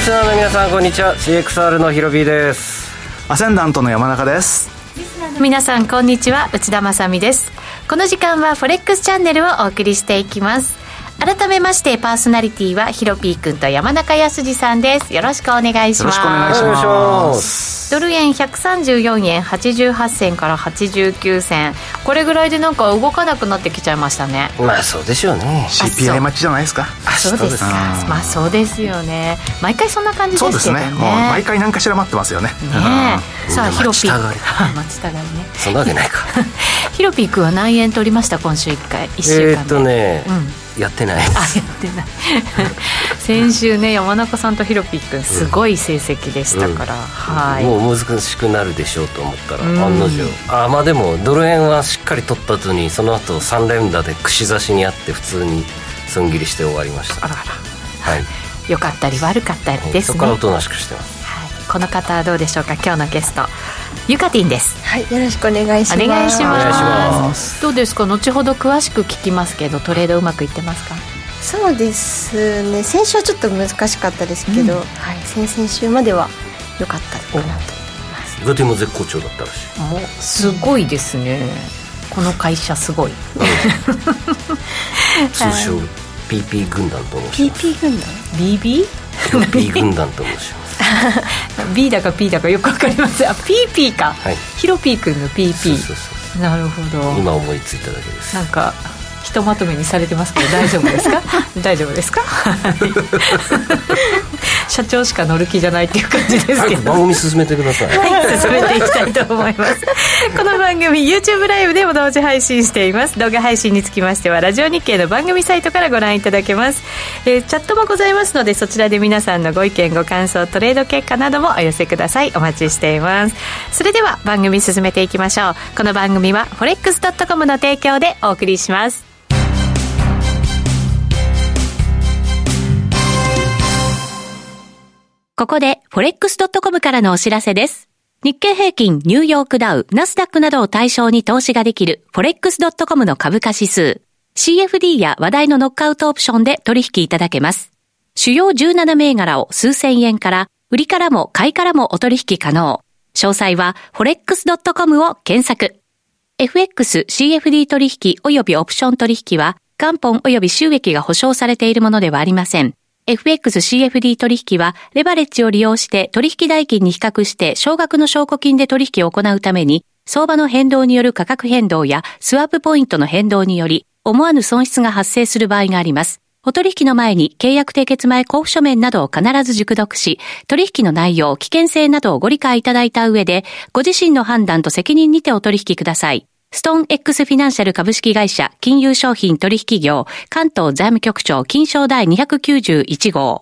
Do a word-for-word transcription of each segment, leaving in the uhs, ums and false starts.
スナーの皆さんこんにちは。 シーエックスアール のヒロビーです。 アセンダントの山中です。 皆さんこんにちは、内田まさみです。この時間はフォレックスチャンネルをお送りしていきます。改めましてパーソナリティはヒロピーくんと山中康二さんです。よろしくお願いします。 よろしくお願いします。 ドル円ひゃくさんじゅうよんえんはちじゅうはっせんからはちじゅうきゅうせん、これぐらいでなんか動かなくなってきちゃいましたね。 まあそうでしょうね。 シーピーアイ 待ちじゃないですか。 あ、そうですか。まあそうですよね。毎回そんな感じですけどね。 そうですね、もう毎回何かしら待ってますよね。 ねえ、さあヒロピー待ちたがり待ちたがりね。 そんなわけないか。 ヒロピーくんは何円取りました今週いっかい、いっしゅうかんで。 えーっとね、うんやってないです。 あ、やってない先週ね、山中さんとヒロピーくんすごい成績でしたから、うんはい、 もう難しくなるでしょうと思ったら、うん、案の定。あ、まあでもドル円はしっかり取った後にその後さん連打で串刺しにあって普通に損切りして終わりました。 あらあら、 はい、 良かったり悪かったりですね。 そこからおとなしくしてます。 この方はどうでしょうか。今日のゲストゆかてぃんです。 はい、よろしくお願いします。 お願いします。 お願いします。 どうですか、後ほど詳しく聞きますけどトレードうまくいってますか。 そうですね、先週はちょっと難しかったですけど、うん、はい、先々週までは良かったかなと思います。 ゆかてぃんも絶好調だったらしい。 もうすごいですね、この会社すごい、うん、 通称 ピーピー 軍団と申します。 ピーピー 軍団ビービーピー 軍団と申します B だか P だかよくわかりません。あ、ピーピー か、はい、ヒロピーくんの ピーピー。 そうそうそう、 なるほど。 今思いついただけです。 なんかひとまとめにされてますけど大丈夫ですか大丈夫ですか社長しか乗る気じゃないっていう感じですけど、 番組進めてください。 はい、進めていきたいと思いますこの番組 YouTube ライブでも同時配信しています。動画配信につきましてはラジオ日経の番組サイトからご覧いただけます、えー、チャットもございますので、そちらで皆さんのご意見ご感想トレード結果などもお寄せください。お待ちしています。それでは番組進めていきましょう。この番組は フォレックスドットコム の提供でお送りします。ここで フォレックスドットコム からのお知らせです。日経平均、ニューヨークダウ、ナスダックなどを対象に投資ができる フォレックスドットコム の株価指数。シーエフディー や話題のノックアウトオプションで取引いただけます。主要じゅうなな銘柄を数千円から、売りからも買いからもお取引可能。詳細は フォレックスドットコム を検索。エフエックス、シーエフディー 取引及びオプション取引は、元本及び収益が保証されているものではありません。エフエックスシーエフディー 取引は、レバレッジを利用して取引代金に比較して少額の証拠金で取引を行うために、相場の変動による価格変動やスワップポイントの変動により、思わぬ損失が発生する場合があります。お取引の前に契約締結前交付書面などを必ず熟読し、取引の内容、危険性などをご理解いただいた上で、ご自身の判断と責任にてお取引ください。ストーン X フィナンシャル株式会社金融商品取引業関東財務局長金商第にひゃくきゅうじゅういち号。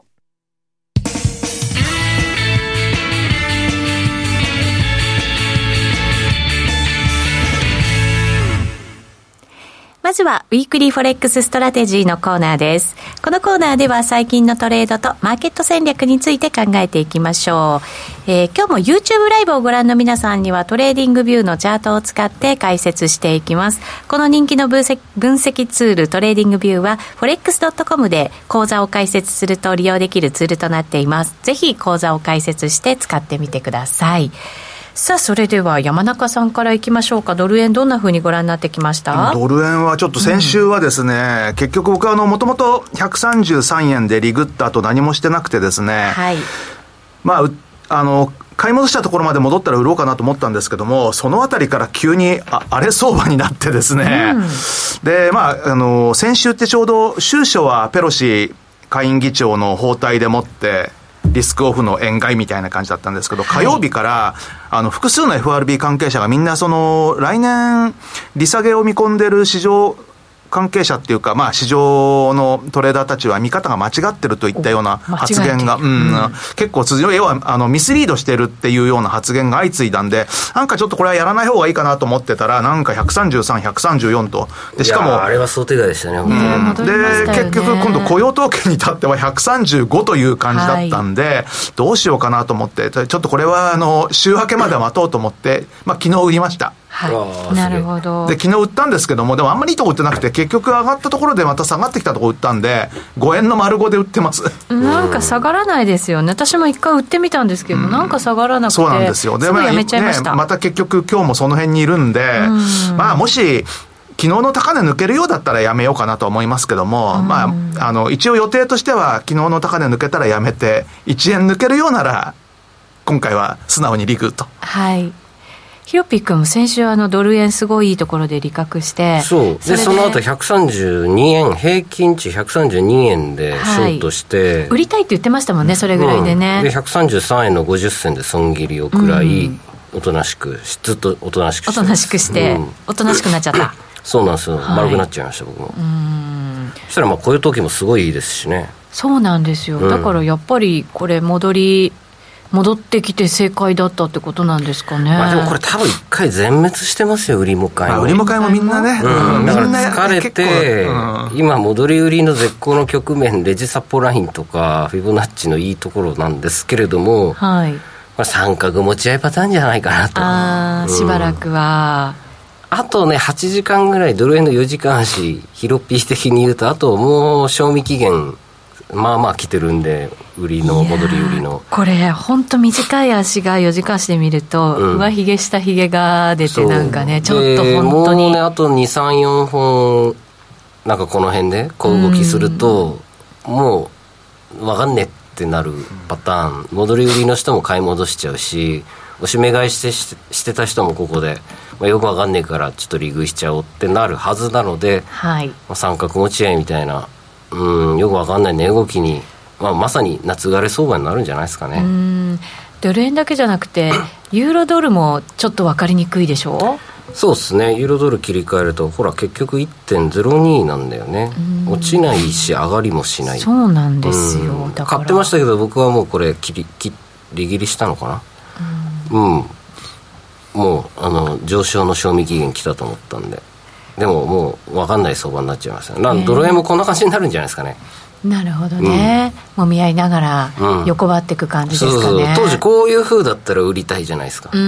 まずはウィークリーフォレックスストラテジーのコーナーです。このコーナーでは最近のトレードとマーケット戦略について考えていきましょう。えー、今日も YouTube ライブをご覧の皆さんにはトレーディングビューのチャートを使って解説していきます。この人気の分析、分析ツールトレーディングビューは フォレックスドットコム で講座を開設すると利用できるツールとなっています。ぜひ講座を開設して使ってみてください。さあ、それでは山中さんからいきましょうか。ドル円どんな風にご覧になってきました？ ドル円はちょっと先週はですね、うん、結局僕はあのもともとひゃくさんじゅうさんえんでリグった後何もしてなくてですね、はい、まああの買い戻したところまで戻ったら売ろうかなと思ったんですけども、そのあたりから急にあ荒れ相場になってですね、うん、でまああの先週ってちょうど週初はペロシ下院議長の訪台でもってリスクオフの円買いみたいな感じだったんですけど、火曜日から、はい、あの複数の エフアールビー 関係者がみんなその来年利下げを見込んでる市場関係者っていうか、まあ、市場のトレーダーたちは見方が間違ってるといったような発言が、うんうん、結構通常、要はあのミスリードしてるっていうような発言が相次いだんで、なんかちょっとこれはやらない方がいいかなと思ってたら、なんかひゃくさんじゅうさん、ひゃくさんじゅうよんと、でしかもあれは想定外でしたね、 うん、で結局今度雇用統計に至ってはひゃくさんじゅうごという感じだったんで、はい、どうしようかなと思って、ちょっとこれはあの週明けまで待とうと思って、まあ、昨日売りました。 はい、なるほど。 で昨日売ったんですけども、でもあんまりいいとこ売ってなくて、結局上がったところでまた下がってきたところ売ったんで、ごえんの丸ごで売ってます。 なんか下がらないですよね。私も一回売ってみたんですけど、うん、なんか下がらなくて、 そうなんですよ。で、 すぐやめちゃいました、 ね、また結局今日もその辺にいるんで、うん、まあもし昨日の高値抜けるようだったらやめようかなと思いますけども、うん、まああの一応予定としては昨日の高値抜けたらやめて、いちえん抜けるようなら今回は素直にリグと。 はい。ヒロピー君も先週あのドル円すごいいいところで利確して、 そうで、その後ひゃくさんじゅうにえん、平均値ひゃくさんじゅうにえんでショートして、はい、 売りたいって言ってましたもんね、それぐらいでね、 うん、でひゃくさんじゅうさんえんのごじゅっせんで損切りを食らい、うん、おとなしくずっとおとなしくしておとなしくして、うん、おとなしくなっちゃったそうなんですよ、はい、丸くなっちゃいました僕も。うん、そしたらまあこういう時もすごいいいですしね。 そうなんですよ、うん、だからやっぱりこれ戻り戻ってきて正解だったってことなんですかね。 まあ、でもこれ多分一回全滅してますよ、売りも買いも、 まあ、売りも買いもみんなね、 うん、だから疲れて、うん、今戻り売りの絶好の局面、レジサポラインとかフィボナッチのいいところなんですけれども、 はい、 まあ、三角持ち合いパターンじゃないかなと。 あ、うん、しばらくはあとねはちじかんぐらいドル円のよじかん足ヒロピー的に言うと、あともう賞味期限まあまあ来てるんで、売りの戻り売りのこれ本当短い足がよじかん足で見ると、うん、上髭下髭が出て、なんかねちょっと本当にもうねあとにさんよんほんなんかこの辺でこう動きすると、うん、もう分かんねえってなるパターン、戻り売りの人も買い戻しちゃうし、おしめ買いしてし て, してた人もここで、まあ、よく分かんねえからちょっと利食いしちゃおうってなるはずなので、 はい、 まあ、三角持ち合いみたいな、うん、よくわかんない値動きに、まあ、まさに夏枯れ相場になるんじゃないですかね。 うん、ドル円だけじゃなくてユーロドルもちょっと分かりにくいでしょ。 そうですね、ユーロドル切り替えるとほら結局 いってんゼロに なんだよね。落ちないし上がりもしない。 そうなんですよ。だから買ってましたけど僕はもうこれ切り切り切りしたのかな。うん、うん、もうあの上昇の賞味期限来たと思ったんで、でももう分かんない相場になっちゃいますよ。なんドル円もこんな感じになるんじゃないですかね。 なるほどね、うん、もみ合いながら横ばっていく感じですかね、うん、そうそう当時こういう風だったら売りたいじゃないですか、 うん、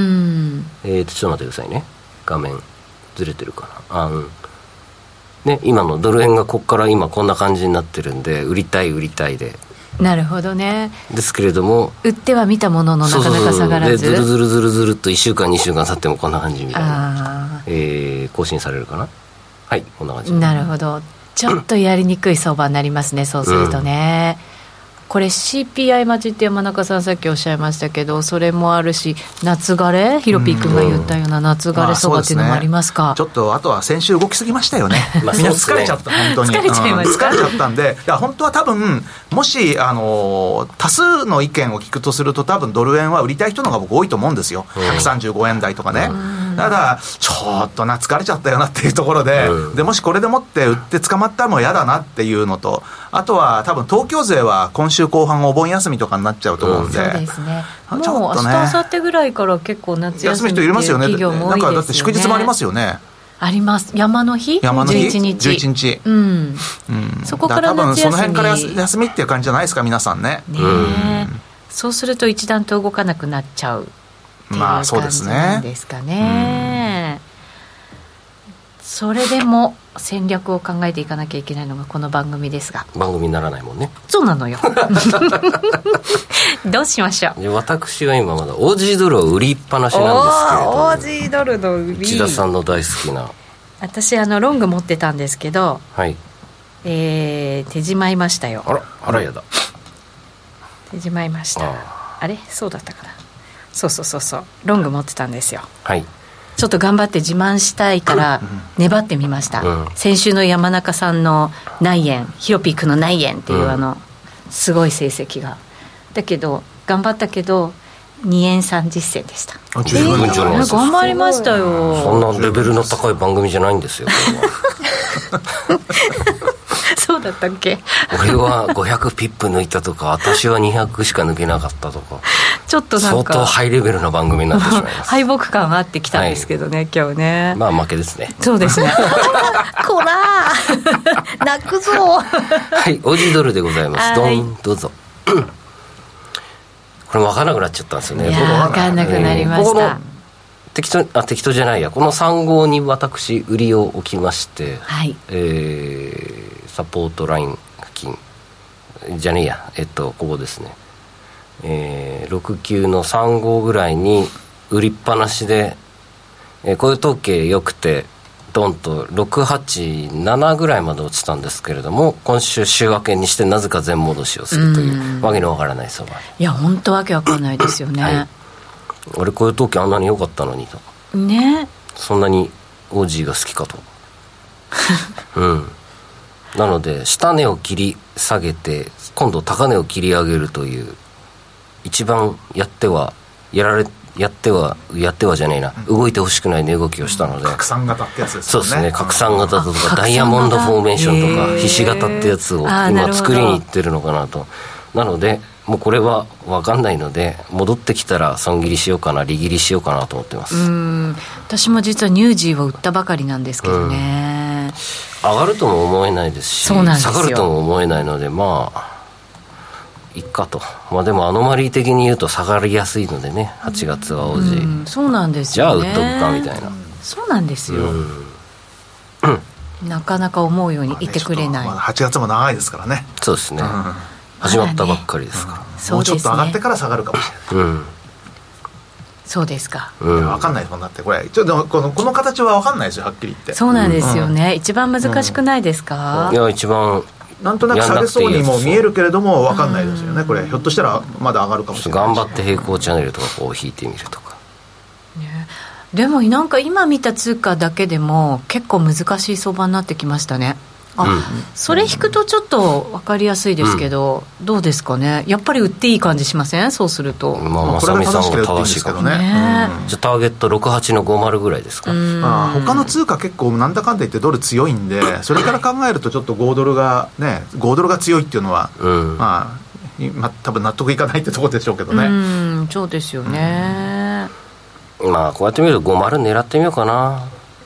えーとちょっと待ってくださいね、画面ずれてるかな、あの、ね、今のドル円がここから今こんな感じになってるんで、売りたい売りたいで、 なるほどね。 ですけれども売っては見たもののなかなか下がらず、 そうそうそう、でずるずるずるずるっといっしゅうかんにしゅうかん経ってもこんな感じみたいな、えー、更新されるかな。はい、こんな感じ。 なるほど、ちょっとやりにくい相場になりますね、そうするとね、うん、これ シーピーアイ 待ちって山中さんさっきおっしゃいましたけど、それもあるし、夏枯れ、ヒロピー君が言ったような夏枯れ相場っていうのもありますか。まあ、 すね、ちょっとあとは先週動きすぎましたよねみんな疲れちゃった、本当に疲れちゃいました、 うん、疲れちゃったんで、いや本当は多分もしあの多数の意見を聞くとすると、多分ドル円は売りたい人の方が僕多いと思うんですよ、うん、ひゃくさんじゅうごえん台とかね、うん、ただちょっとな疲れちゃったよなっていうところで、うん、でもしこれでもって売って捕まったらもう嫌だなっていうのと、あとは多分東京勢は今週後半お盆休みとかになっちゃうと思うんで、うん、 そうですね、もう明日明後日ぐらいから結構夏休みっていう企業も多いですよね。 なんかだって祝日もありますよね。 あります。山の日、 山の日じゅういちにち、 じゅういちにち、 うん、うん、そこから夏休み、多分その辺から休みっていう感じじゃないですか皆さんね。 ね、うん、そうすると一段と動かなくなっちゃうっていう感じなんですかね。それでも戦略を考えていかなきゃいけないのがこの番組ですが、 番組にならないもんね。 そうなのよどうしましょう。 私は今まだオージードルを売りっぱなしなんですけれども、 オージードルの売り、 内田さんの大好きな、 私あのロング持ってたんですけど、 はい、 えー、手じまいましたよ。 あらあらやだ、 手じまいました。 あ, あれそうだったかな。そうそうそうそう、ロング持ってたんですよ。 はい、 ちょっと頑張って自慢したいから粘ってみました、うん、先週の山中さんの内円、ヒロピークの内円っていう、うん、あのすごい成績が、だけど頑張ったけどにえんさんじゅっせんでした。 あ、十分じゃないですか。 頑張りましたよ。 そんなレベルの高い番組じゃないんですよそうだったっけ。 俺はごひゃくピップ抜いたとか、私はにひゃくしか抜けなかったとか、 ちょっとなんか相当ハイレベルな番組になってしまいます敗北感あってきたんですけどね、はい、今日ね。 まあ負けですね。 そうですねこらー泣くぞはい、オージードルでございます。ドン、どうぞこれも分からなくなっちゃったんですよね。 いや分からなくなりました、 えー、ここの適当あ適当じゃないや、このさん号に私売りを置きまして、 はい、 えー、サポートライン付近じゃねえや、えっとここですね、えー、ろくきゅうのさん号ぐらいに売りっぱなしで、えー、こういう統計良くてドンとろくはちななぐらいまで落ちたんですけれども、今週週明けにしてなぜか全戻しをするというわけのわからない相場。 いや本当わけわかんないですよね、はい、 俺こういう統計あんなに良かったのにとね、 そんなにオージーが好きかとうんなので下値を切り下げて今度高値を切り上げるという、一番やってはやられやってはやってはじゃねえな、うん、動いてほしくない値動きをしたので、 拡散型ってやつですよね。 そうですね、拡散型とかダイヤモンドフォーメーションとかひし形ってやつを今作りにいってるのかなと。なのでもうこれは分かんないので、戻ってきたら損切りしようかな、利切りしようかなと思ってます。 うーん、私も実はニュージーを売ったばかりなんですけどね、 うん、上がるとも思えないですし、 そうなんですよ、 下がるとも思えないので、まあいっかと。まあでもアノマリー的に言うと下がりやすいのでね、はちがつはオージー、うん、 そうなんですよね、 じゃあ売っとくかみたいな、 そうなんですよ、うんなかなか思うようにいてくれない、まあね、 はちがつも長いですからね。 そうですね、うん、始まったばっかりですから、 まだね、もうちょっと上がってから下がるかもしれない、うん、 そうですか、 うん、いや分かんないもんだってこれちょっとこの、この形は分かんないですよ、はっきり言って。 そうなんですよね、うん、一番難しくないですか、 うん、いや一番なんとなく下げそうにも見えるけれども分かんないですよね、これひょっとしたらまだ上がるかもしれない。 頑張って平行チャンネルとかこう引いてみるとか、 ね、でもなんか今見た通貨だけでも結構難しい相場になってきましたね。あ、うん、それ引くとちょっと分かりやすいですけど、うん、どうですかね、やっぱり売っていい感じしません？そうすると、 まあ、まさみさんが正しいかもね、ね、うん、じゃあターゲットろくはちのごじゅうぐらいですか。 あ、他の通貨結構なんだかんだ言ってドル強いんで、それから考えるとちょっとごドルがね、ごドルが強いっていうのは、うん、まあ、まあ、多分納得いかないってところでしょうけどね。 うん、そうですよね、 うん、まあこうやって見るとごじゅう狙ってみようかな。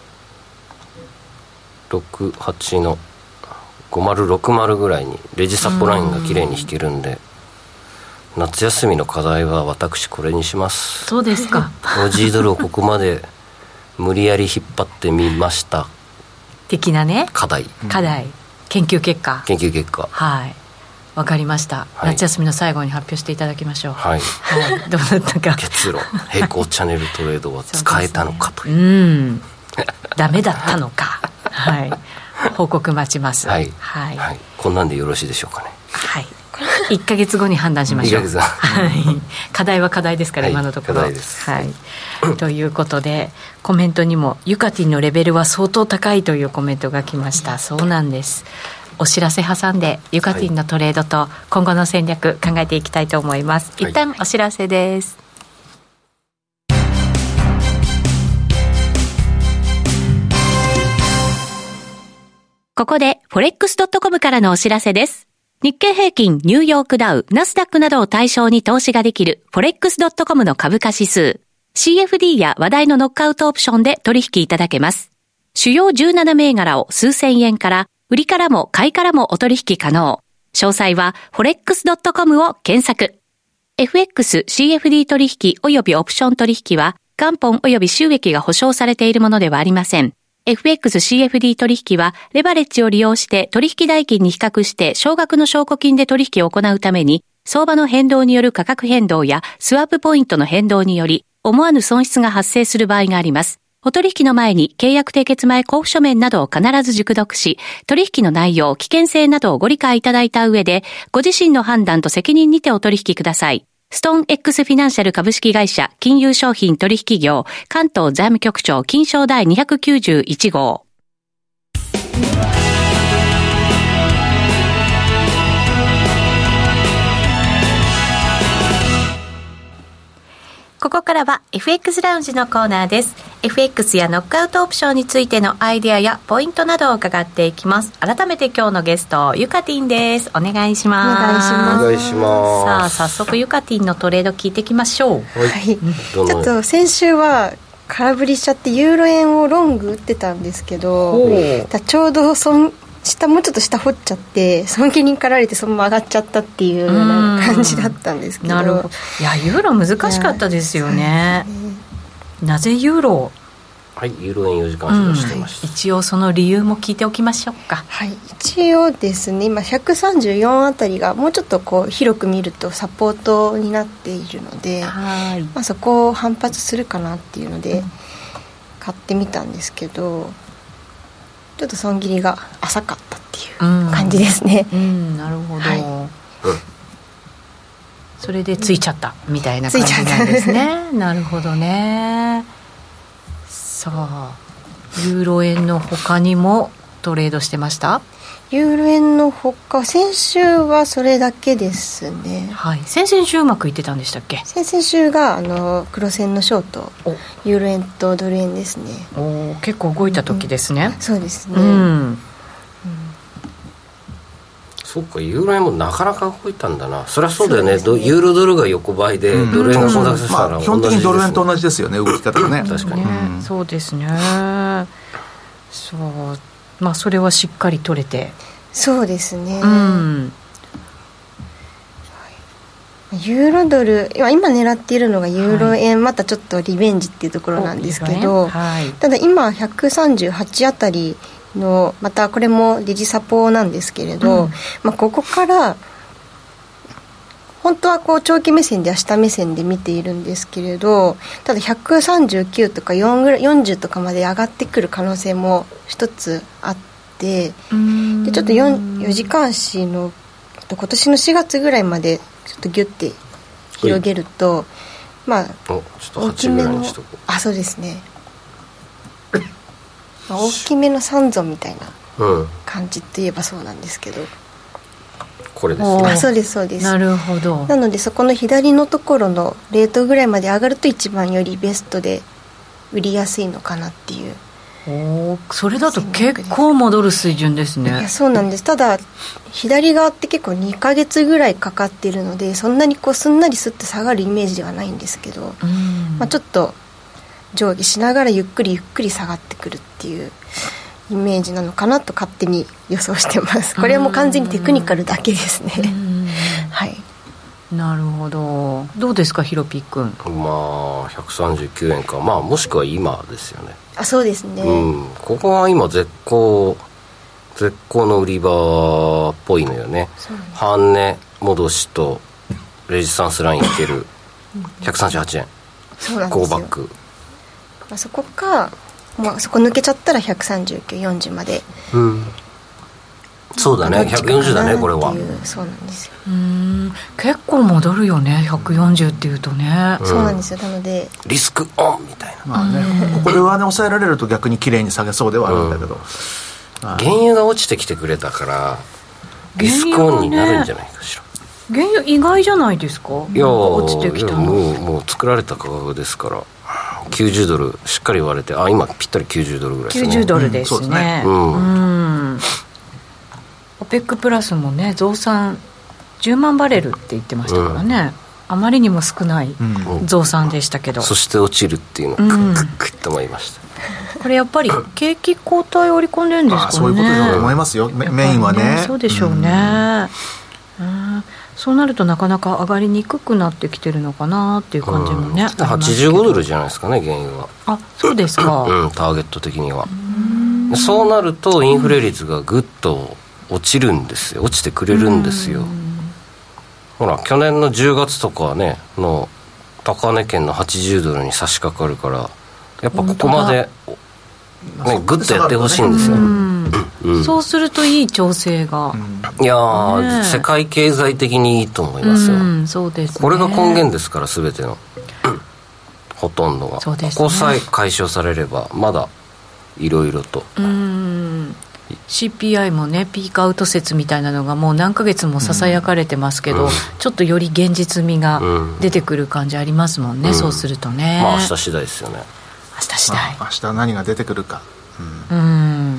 ろくはちのごじゅうろくじゅうぐらいにレジサポラインが綺麗に引けるんで、夏休みの課題は私これにします。 そうですか。 オージードルをここまで無理やり引っ張ってみました的なね、 課題課題、研究結果研究結果、 はい、分かりました、はい、夏休みの最後に発表していただきましょう。 はい、 はい、どうだったか結論、平行チャンネルトレードは使えたのかという、 うん、ダメだったのかはい、報告待ちます。 はい、はいはい、こんなんでよろしいでしょうかね。 はい、いっかげつごに判断しましょう。 いっかげつ、はい、 課題は課題ですから、はい、今のところ課題です、はい、ということでコメントにもユカティンのレベルは相当高いというコメントが来ました。そうなんです。お知らせ挟んでユカティンのトレードと今後の戦略考えていきたいと思います。一旦お知らせです。 ここで フォレックスドットコム からのお知らせです。日経平均、ニューヨークダウ、ナスダックなどを対象に投資ができる フォレックスドットコム の株価指数。シーエフディー や話題のノックアウトオプションで取引いただけます。主要じゅうなな銘柄を数千円から、売りからも買いからもお取引可能。詳細は フォレックスドットコム を検索。エフエックス、シーエフディー 取引及びオプション取引は、元本及び収益が保証されているものではありません。エフエックスシーエフディー 取引は、レバレッジを利用して取引代金に比較して少額の証拠金で取引を行うために、相場の変動による価格変動やスワップポイントの変動により、思わぬ損失が発生する場合があります。お取引の前に契約締結前交付書面などを必ず熟読し、取引の内容、危険性などをご理解いただいた上で、ご自身の判断と責任にてお取引ください。ストーン X フィナンシャル株式会社金融商品取引業関東財務局長金商第にひゃくきゅうじゅういち号。 ここからは エフエックス ラウンジのコーナーです。 エフエックス やノックアウトオプションについてのアイデアやポイントなどを伺っていきます。改めて今日のゲストユカティンです。お願いします。 お願いします。 お願いします。 さあ早速ユカティンのトレード聞いていきましょう。 はい、ちょっと先週は空振りしちゃってユーロ円をロング打ってたんですけど、ちょうど損下もうちょっと下掘っちゃって損切りにかられてそのまま上がっちゃったっていうような感じだったんですけど。 なるほど。いやユーロ難しかったですよね。 なぜユーロはい、ユーロ円よじかん足出してました、 うん、一応その理由も聞いておきましょうか。 はい、一応ですね、今ひゃくさんじゅうよんあたりがもうちょっとこう広く見るとサポートになっているので、はい、まあ、そこを反発するかなっていうので買ってみたんですけど、ちょっと損切りが浅かったっていう感じですね、 うんうん、なるほど、はい、それでついちゃったみたいな感じなんですね。なるほどね。さあユーロ円の他にもトレードしてました？ ユーロ円の他、先週はそれだけですね。 はい、先々週うまくいってたんでしたっけ？ 先々週があの黒線のショート、ユーロ円とドル円ですね。 お結構動いた時ですね、 うん、そうですね、 うんうん、 そうか、ユーロ円もなかなか動いたんだな。そりゃそうだよ ね, ねユーロドルが横ばいで、うん、ドル円が混雑したら、 まあ、基本的にドル円と同じですよね、動き方がね。 確かに、 ね、うん、そうですね。そう、まあそれはしっかり取れて。 そうですね、 うん、 ユーロドル、今狙っているのがユーロ円、はい、またちょっとリベンジっていうところなんですけど、はい、ただ今ひゃくさんじゅうはちあたりのまたこれもレジサポなんですけれど、うん、まあ、ここから本当はこう長期目線では下目線で見ているんですけれど、ただひゃくさんじゅうきゅうとかよんぐらいよんじゅうとかまで上がってくる可能性も一つあって、でちょっと 4, よじかん足の今年のしがつぐらいまでちょっとギュッて広げると、まあ大きめの、あ、そうですね、まあ、大きめの三尊みたいな感じといえばそうなんですけど、 これですね。 あ、そうですそうです。 なるほど。 なのでそこの左のところのレートぐらいまで上がると一番よりベストで売りやすいのかなっていう。 お、それだと結構戻る水準ですね。 いや、そうなんです。ただ左側って結構にかげつぐらいかかっているので、そんなにこうすんなりすって下がるイメージではないんですけど、うん、まあ、ちょっと上下しながらゆっくりゆっくり下がってくるっていうイメージなのかなと勝手に予想してます。これはもう完全にテクニカルだけですね。はい。 なるほど。どうですかヒロピー君。 まあひゃくさんじゅうきゅうえんか、まあもしくは今ですよね。 あ、そうですね、 うん、ここは今絶好絶好の売り場っぽいのよね。半値戻しとレジスタンスラインいけるひゃくさんじゅうはちえん、 そうなんですよ。 ゴーバック、 まあ、そこか、まあ、そこ抜けちゃったらひゃくさんじゅうきゅう、よんじゅうまで、 うん、そうだね、ひゃくよんじゅうだねこれは。 そうなんですよ。 うーん、結構戻るよねひゃくよんじゅうっていうとね、 うん、そうなんですよ。なのでリスクオンみたいな、 まあね、ここで上値抑えられると逆に綺麗に下げそうではあるんだけど、うん、 原油が落ちてきてくれたからリスクオンになるんじゃないかしら。 原油意外じゃないですか。 いや落ちてきたのもう、もう作られた価格ですからきゅうじゅうドルしっかり割れて、あ、今ぴったりきゅうじゅうドルぐらいですね。 きゅうじゅうドルですね、うん、そうですね、うん、うん、オペックプラスもね増産じゅうまんバレルって言ってましたからね、うん、あまりにも少ない増産でしたけど、 うん、そして落ちるっていうのをクックックッと思いました、 うん、これやっぱり景気後退を織り込んでるんですかね。あ、 そういうことだと思いますよ、メインはね。 そうでしょうね、うんうん、そうなるとなかなか上がりにくくなってきてるのかなっていう感じもね、 うん、はちじゅうごドルじゃないですかね原油は。 あ、そうですか、 うん、ターゲット的には。うそうなるとインフレ率がぐっと落ちるんですよ、落ちてくれるんですよ。ほら去年のじゅうがつとかねの高値圏のはちじゅうドルに差し掛かるから、やっぱここまで、ね、グッとやってほしいんですよ、うんうん、そうするといい調整が、 うん、いやー、ね、世界経済的にいいと思いますよ、うん、 そうですね、 これが根源ですから全てのほとんどが、 そうですね、 ここさえ解消されればまだいろいろと、 うん、シーピーアイ もねピークアウト説みたいなのがもう何ヶ月もささやかれてますけど、うん、ちょっとより現実味が出てくる感じありますもんね、うん、そうするとね、 まあ明日次第ですよね。 明日次第、 明日何が出てくるか、 うん、うん、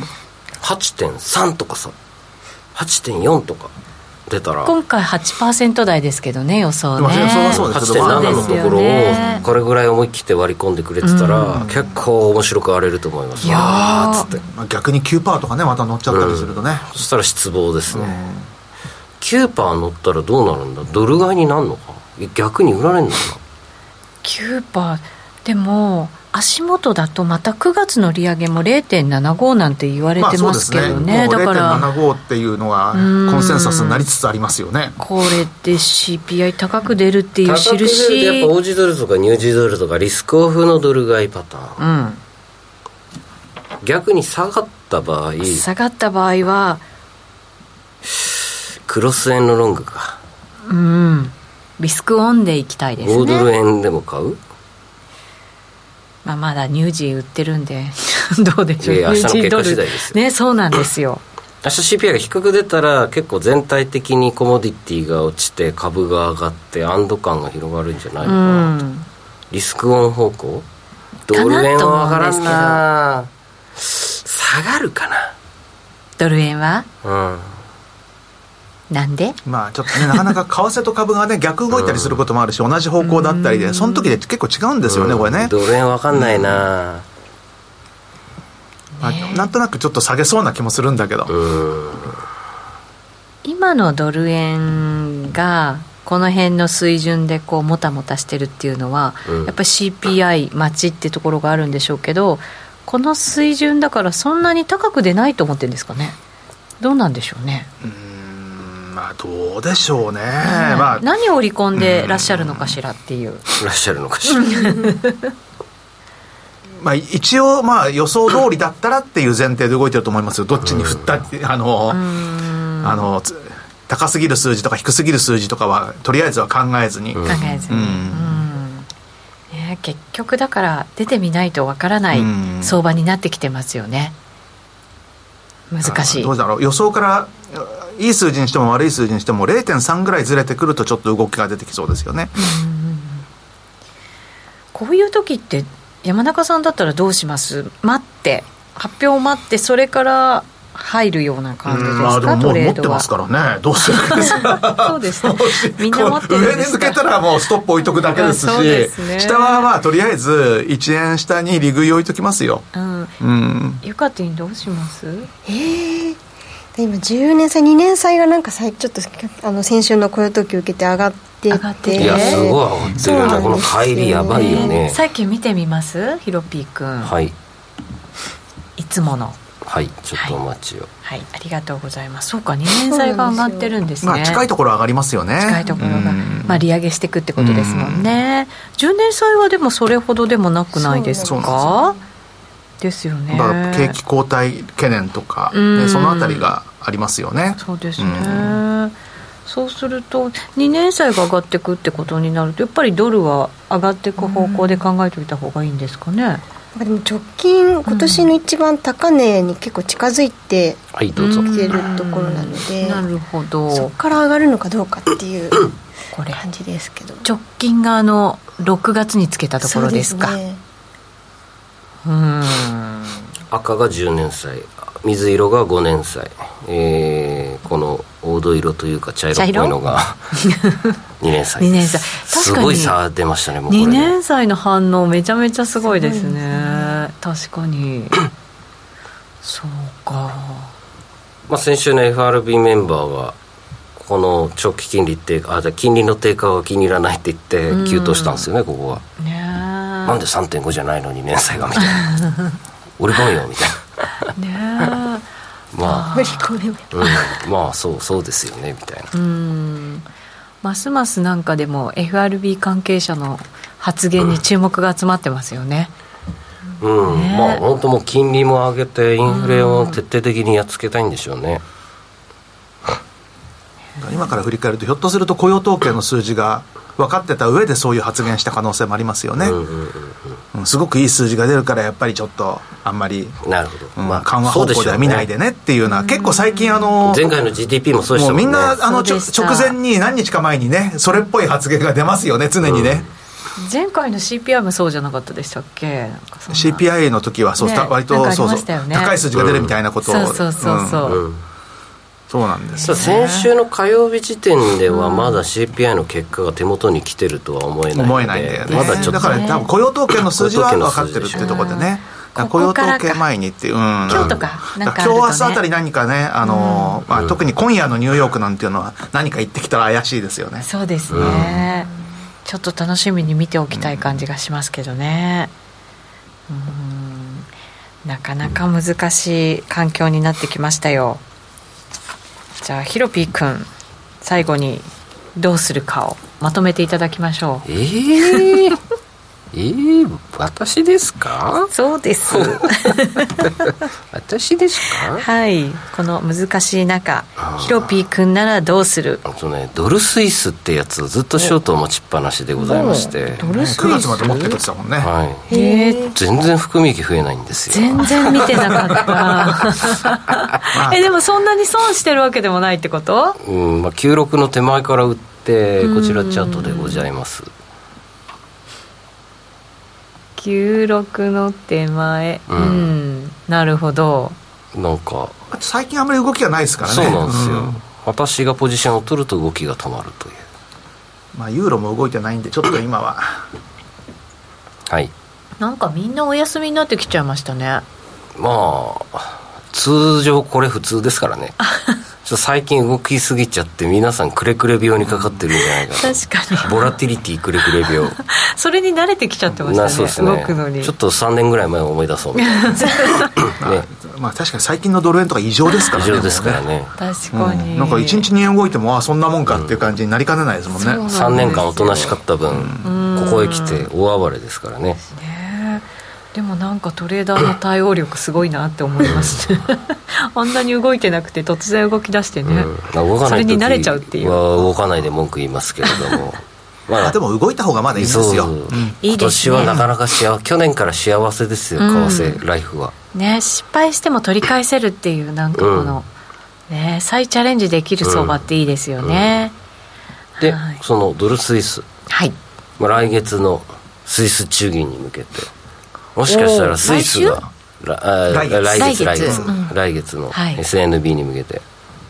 はちてんさん とかさ はちてんよん とか出たら、 今回 はちパーセント 台ですけどね予想ね。 予想はそうですけどはちてんなな のところをこれぐらい思い切って割り込んでくれてたら、うん、結構面白く荒れると思います。 いやーつって、 まあ、逆に きゅうパーセント とかねまた乗っちゃったりするとね、 うん、そしたら失望ですね、うん、きゅうパーセント 乗ったらどうなるんだ、ドル買いになるのか、逆に売られるのかな。 きゅうパーセント でも足元だとまたくがつの利上げも ゼロテンななご なんて言われてますけどね、 まあ、 だからゼロテンななご っていうのはコンセンサスになりつつありますよね。 これで シーピーアイ 高く出るっていう印。 高く出るとやっぱオージードルとかニュージードルとかリスクオフのドル買いパターン、うん、逆に下がった場合下がった場合はクロス円のロングか、 うん、リスクオンでいきたいですね。 ごドル円でも買う？ まあ、まだニュージー売ってるんでどうでしょう。 いや明日の結果次第ですよ、 ね、そうなんですよ。 明日 シーピーアイ が低く出たら結構全体的にコモディティが落ちて株が上がって安堵感が広がるんじゃないのかなと、うん、リスクオン方向ドル円は分からんな。下がるかなドル円は、 うんなんでまあちょっとねなかなか為替と株がね逆動いたりすることもあるし、うん、同じ方向だったりでその時で結構違うんですよね、うん、これね。 ドル円分かんないな、 まあ、なんとなくちょっと下げそうな気もするんだけど、 うん、 今のドル円がこの辺の水準でこうもたもたしてるっていうのは、うん、やっぱり シーピーアイ 待ちってところがあるんでしょうけど、この水準だからそんなに高く出ないと思ってるんですかね。どうなんでしょうね。 うんまあ、どうでしょうね、はいまあ、 何を織り込んでらっしゃるのかしらっていう。 らっしゃるのかしらまあ一応まあ予想通りだったらっていう前提で動いてると思いますよ。どっちに振ったってあのあの高すぎる数字とか低すぎる数字とかはとりあえずは考えずに、 考えずに、うんうんね、結局だから出てみないとわからない相場になってきてますよね。難しい。 どうだろう、予想からいい数字にしても悪い数字にしても ゼロテンさん ぐらいずれてくるとちょっと動きが出てきそうですよね。 うんこういう時って山中さんだったらどうします？待って発表を待ってそれから入るような感じですか？ うん、あでももう持ってますからね。どうするかですそうですねみんな持ってるんですか？ 上に抜けたらもうストップ置いとくだけですしです、ね、下はまあとりあえずいちえん下に利食い置いときますよ。 うんうん、ゆかてんどうします？ えー今じゅうねん債にねん債がなんかちょっとあの先週の雇用統計を受けて上がっていて、 いやすごい上がってるな、この帰りやばいよね。 さっき見てみますヒロピー君。 はいいつものはいちょっとお待ちを。 はい、はい、ありがとうございます。そうかにねん債が上がってるんですね。 まあ、近いところ上がりますよね。 近いところが、まあ、利上げしていくってことですもんね。じゅうねん債はでもそれほどでもなくないですか？ですよね。 景気後退懸念とか、ね、そのあたりがありますよね。 そうですね、うん、そうするとにねん債が上がっていくってことになるとやっぱりドルは上がっていく方向で考えておいた方がいいんですかね。 でも直近今年の一番高値に結構近づいてきてるところなので、 なるほど。 そこから上がるのかどうかっていうこれ感じですけど、 直近があのろくがつにつけたところですか。そうですね。うん赤がじゅうねん債、水色がごねん債、えー、この黄土色というか茶色っぽいのがにねん債です。にねん債すごい差出ましたね。もうこれねにねん債の反応めちゃめちゃすごいですね。確かにそうか、 まあ、先週の エフアールビー メンバーはこの長期金利ってあ金利の低下が気に入らないって言って急騰したんですよね、ここは。ね、なんで さんてんご じゃないのに年債がみたいな折り込めよみたいなねまあ折り込めよ、 うん、まあそうそうですよねみたいな。 うんますますなんかでも エフアールビー 関係者の発言に注目が集まってますよね。 うん、うんね、まあ本当もう金利も上げてインフレを徹底的にやっつけたいんでしょうね。 今から振り返るとひょっとすると雇用統計の数字が分かってた上でそういう発言した可能性もありますよね。うんうんうんうん、すごくいい数字が出るからやっぱりちょっとあんまりなるほど、 うんまあ、緩和方向では見ないでねっていうのは、ね、結構最近あの前回の ジーディーピー もそうでしたもんね。 もうみんなあの直前に何日か前にねそれっぽい発言が出ますよね常にね、 うん、前回の シーピーアイ もそうじゃなかったでしたっけ。なんかシーピーアイ の時はそう、ね、割と、ね、そうそう高い数字が出るみたいなことを、 うん、そうそうそうそう、うんうんそうなんですね。 先週の火曜日時点ではまだ シーピーアイ の結果が手元に来てるとは思えないので、 思えないんだよね。 まだちょっとだから多分雇用統計の数字は分かってるっていうところでね、うん、雇用統計前にっていう、うん、 今日とかなんかあるとね、 今日明日あたり何かねあの、うんまあ、特に今夜のニューヨークなんていうのは何か言ってきたら怪しいですよね。 そうですね、うん、ちょっと楽しみに見ておきたい感じがしますけどね。 うーん、なかなか難しい環境になってきましたよ。じゃあヒロピー君、最後にどうするかをまとめていただきましょう。 えーえー、私ですか？ そうです私ですか？ はい、この難しい中、ヒロピー君ならどうする？ あとね、ドルスイスってやつをずっとショートを持ちっぱなしでございまして、 ドルスイスくがつまで持ってたもんね、 はい、 えー、 全然含み益増えないんですよ。 全然見てなかったえでもそんなに損してるわけでもないってこと？ うん、まあ、きゅうじゅうろくの手前から売ってこちらチャートでございます。 きゅうじゅうろくの手前、うん、うん、なるほど。 なんか最近あんまり動きがないですからね。 そうなんですよ、 うん、 私がポジションを取ると動きが止まるという。 まあユーロも動いてないんでちょっと今ははい、 なんかみんなお休みになってきちゃいましたね。 まあ通常これ普通ですからねちょっと最近動きすぎちゃって皆さんくれくれ病にかかってるんじゃないかな。 確かにボラティリティくれくれ病それに慣れてきちゃってましたね。 そうですね、 動くのにちょっとさんねんぐらい前を思い出そうみたいな、ね、 まあ確かに最近のドル円とか異常ですからね。 異常ですからね。 確かに、 うん、なんかいちにちにえん動いてもあそんなもんかっていう感じになりかねないですもんね、うん、 さんねんかんおとなしかった分、うん、ここへ来て大暴れですからね。 でもなんかトレーダーの対応力すごいなって思いますねあんなに動いてなくて突然動き出してね、うん、動かない時はそれに慣れちゃうっていう。 動かないで文句言いますけれどもまあ、でも動いた方がまだいいんですよ、うん、 今年はなかなか幸去年から幸せですよ、為替、うん、ライフはね、失敗しても取り返せるっていうなんかこの、うん、ね、再チャレンジできる相場っていいですよね、 うんうん、で、はい、そのドルスイス、 はい、 まあ、来月のスイス中銀に向けてもしかしたらスイスが来月来月来月、うん、来月の エスエヌビー に向けて、はい、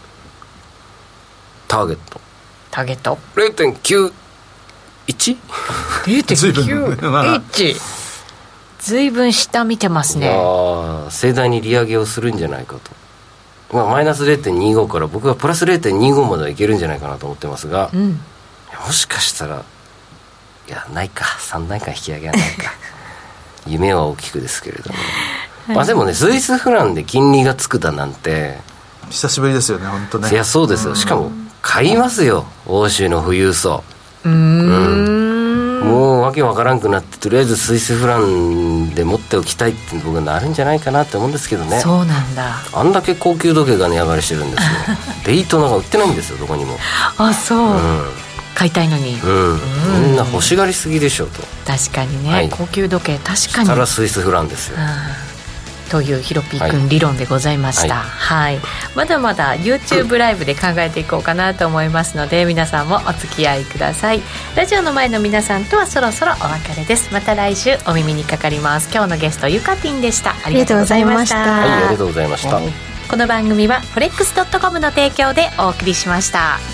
ターゲットターゲットゼロてんきゅういちゼロてんきゅういち ずいぶん下見てますね。 あ、盛大に利上げをするんじゃないかと、まあ、マイナス ゼロてんにじゅうご から僕はプラス ゼロてんにじゅうご まではいけるんじゃないかなと思ってますが、うん、もしかしたらいやないかさんだんかい引き上げはないか夢は大きくですけれども、はい、まあ、でもね、スイスフランで金利がつくだなんて久しぶりですよね、本当ね。 いやそうですよ、しかも買いますよ、欧州の富裕層。 うーん、 うん、もうわけわからんくなって、とりあえずスイスフランで持っておきたいって僕はなるんじゃないかなって思うんですけどね。 そうなんだ。 あんだけ高級時計が値上がりしてるんですよデイトナが売ってないんですよ、どこにも。 あ、そう、うん、買いたいのに、 うん、みんな欲しがりすぎでしょうと。 確かにね、はい、高級時計確かに。そしたらスイスフランですよ、 というヒロピー君理論でございました、はいはい、まだまだ YouTube ライブで考えていこうかなと思いますので、皆さんもお付き合いください。ラジオの前の皆さんとはそろそろお別れです。また来週お耳にかかります。今日のゲストゆかティンでした。ありがとうございました。 はい、ありがとうございました。 この番組はフォレックスドットコムの提供でお送りしました。